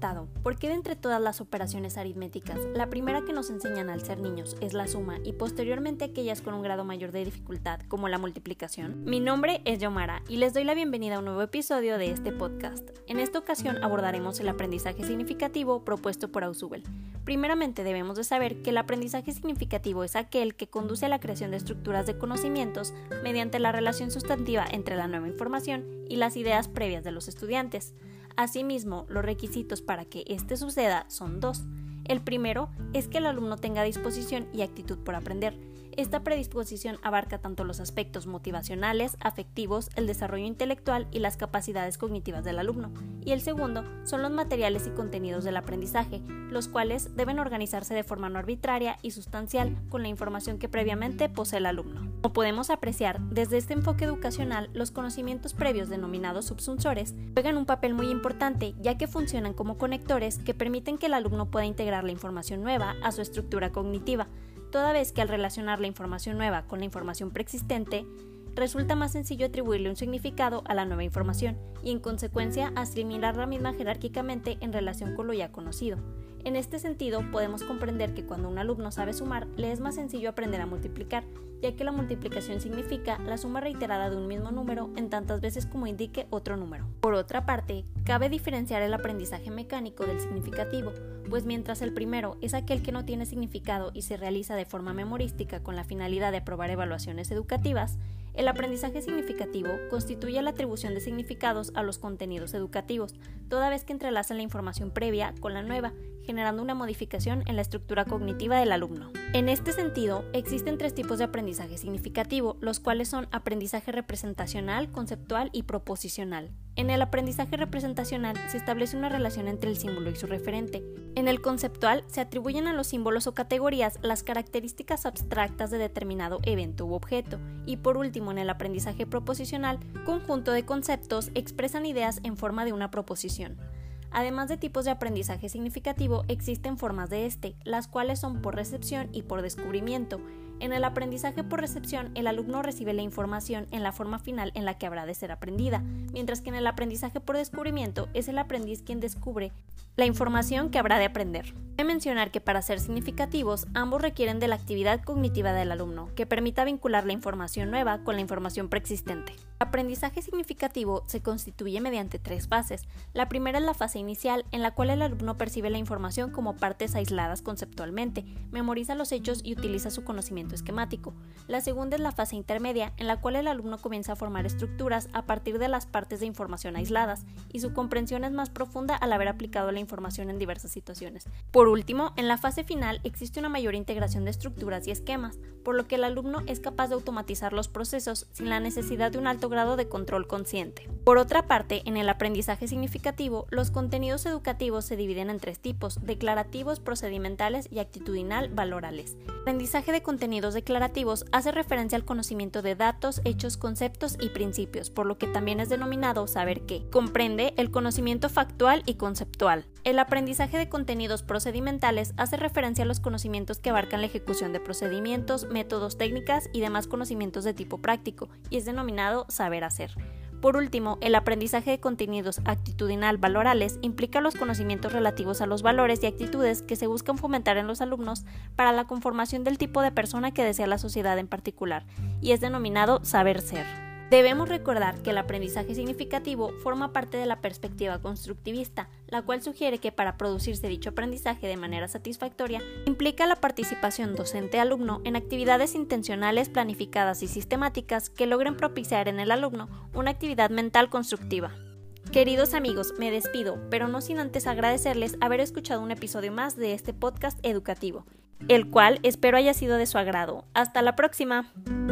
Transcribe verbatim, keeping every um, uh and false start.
preguntado, ¿por qué de entre todas las operaciones aritméticas, la primera que nos enseñan al ser niños es la suma y posteriormente aquellas con un grado mayor de dificultad, como la multiplicación? Mi nombre es Yomara y les doy la bienvenida a un nuevo episodio de este podcast. En esta ocasión abordaremos el aprendizaje significativo propuesto por Ausubel. Primeramente debemos de saber que el aprendizaje significativo es aquel que conduce a la creación de estructuras de conocimientos mediante la relación sustantiva entre la nueva información y las ideas previas de los estudiantes. Asimismo, los requisitos para que este suceda son dos. El primero es que el alumno tenga disposición y actitud por aprender. Esta predisposición abarca tanto los aspectos motivacionales, afectivos, el desarrollo intelectual y las capacidades cognitivas del alumno. Y el segundo son los materiales y contenidos del aprendizaje, los cuales deben organizarse de forma no arbitraria y sustancial con la información que previamente posee el alumno. Como podemos apreciar, desde este enfoque educacional, los conocimientos previos denominados subsunsores juegan un papel muy importante, ya que funcionan como conectores que permiten que el alumno pueda integrar la información nueva a su estructura cognitiva, toda vez que al relacionar la información nueva con la información preexistente, resulta más sencillo atribuirle un significado a la nueva información y en consecuencia asimilar la misma jerárquicamente en relación con lo ya conocido. En este sentido, podemos comprender que cuando un alumno sabe sumar, le es más sencillo aprender a multiplicar, ya que la multiplicación significa la suma reiterada de un mismo número en tantas veces como indique otro número. Por otra parte, cabe diferenciar el aprendizaje mecánico del significativo, pues mientras el primero es aquel que no tiene significado y se realiza de forma memorística con la finalidad de aprobar evaluaciones educativas, el aprendizaje significativo constituye la atribución de significados a los contenidos educativos, toda vez que entrelazan la información previa con la nueva, generando una modificación en la estructura cognitiva del alumno. En este sentido, existen tres tipos de aprendizaje significativo, los cuales son aprendizaje representacional, conceptual y proposicional. En el aprendizaje representacional se establece una relación entre el símbolo y su referente. En el conceptual se atribuyen a los símbolos o categorías las características abstractas de determinado evento u objeto. Y por último, en el aprendizaje proposicional, conjunto de conceptos expresan ideas en forma de una proposición. Además de tipos de aprendizaje significativo, existen formas de este, las cuales son por recepción y por descubrimiento. En el aprendizaje por recepción, el alumno recibe la información en la forma final en la que habrá de ser aprendida, mientras que en el aprendizaje por descubrimiento es el aprendiz quien descubre la información que habrá de aprender. Cabe mencionar que para ser significativos, ambos requieren de la actividad cognitiva del alumno, que permita vincular la información nueva con la información preexistente. El aprendizaje significativo se constituye mediante tres fases. La primera es la fase inicial, en la cual el alumno percibe la información como partes aisladas conceptualmente, memoriza los hechos y utiliza su conocimiento esquemático. La segunda es la fase intermedia, en la cual el alumno comienza a formar estructuras a partir de las partes de información aisladas, y su comprensión es más profunda al haber aplicado la información en diversas situaciones. Por último, en la fase final existe una mayor integración de estructuras y esquemas, por lo que el alumno es capaz de automatizar los procesos sin la necesidad de un alto grado de control consciente. Por otra parte, en el aprendizaje significativo, los contenidos educativos se dividen en tres tipos: declarativos, procedimentales y actitudinal-valorales. El aprendizaje de contenidos declarativos hace referencia al conocimiento de datos, hechos, conceptos y principios, por lo que también es denominado saber qué. Comprende el conocimiento factual y conceptual. El aprendizaje de contenidos procedimentales hace referencia a los conocimientos que abarcan la ejecución de procedimientos, métodos, técnicas y demás conocimientos de tipo práctico, y es denominado saber hacer. Por último, el aprendizaje de contenidos actitudinal-valorales implica los conocimientos relativos a los valores y actitudes que se buscan fomentar en los alumnos para la conformación del tipo de persona que desea la sociedad en particular, y es denominado saber ser. Debemos recordar que el aprendizaje significativo forma parte de la perspectiva constructivista, la cual sugiere que para producirse dicho aprendizaje de manera satisfactoria, implica la participación docente-alumno en actividades intencionales, planificadas y sistemáticas que logren propiciar en el alumno una actividad mental constructiva. Queridos amigos, me despido, pero no sin antes agradecerles haber escuchado un episodio más de este podcast educativo, el cual espero haya sido de su agrado. ¡Hasta la próxima!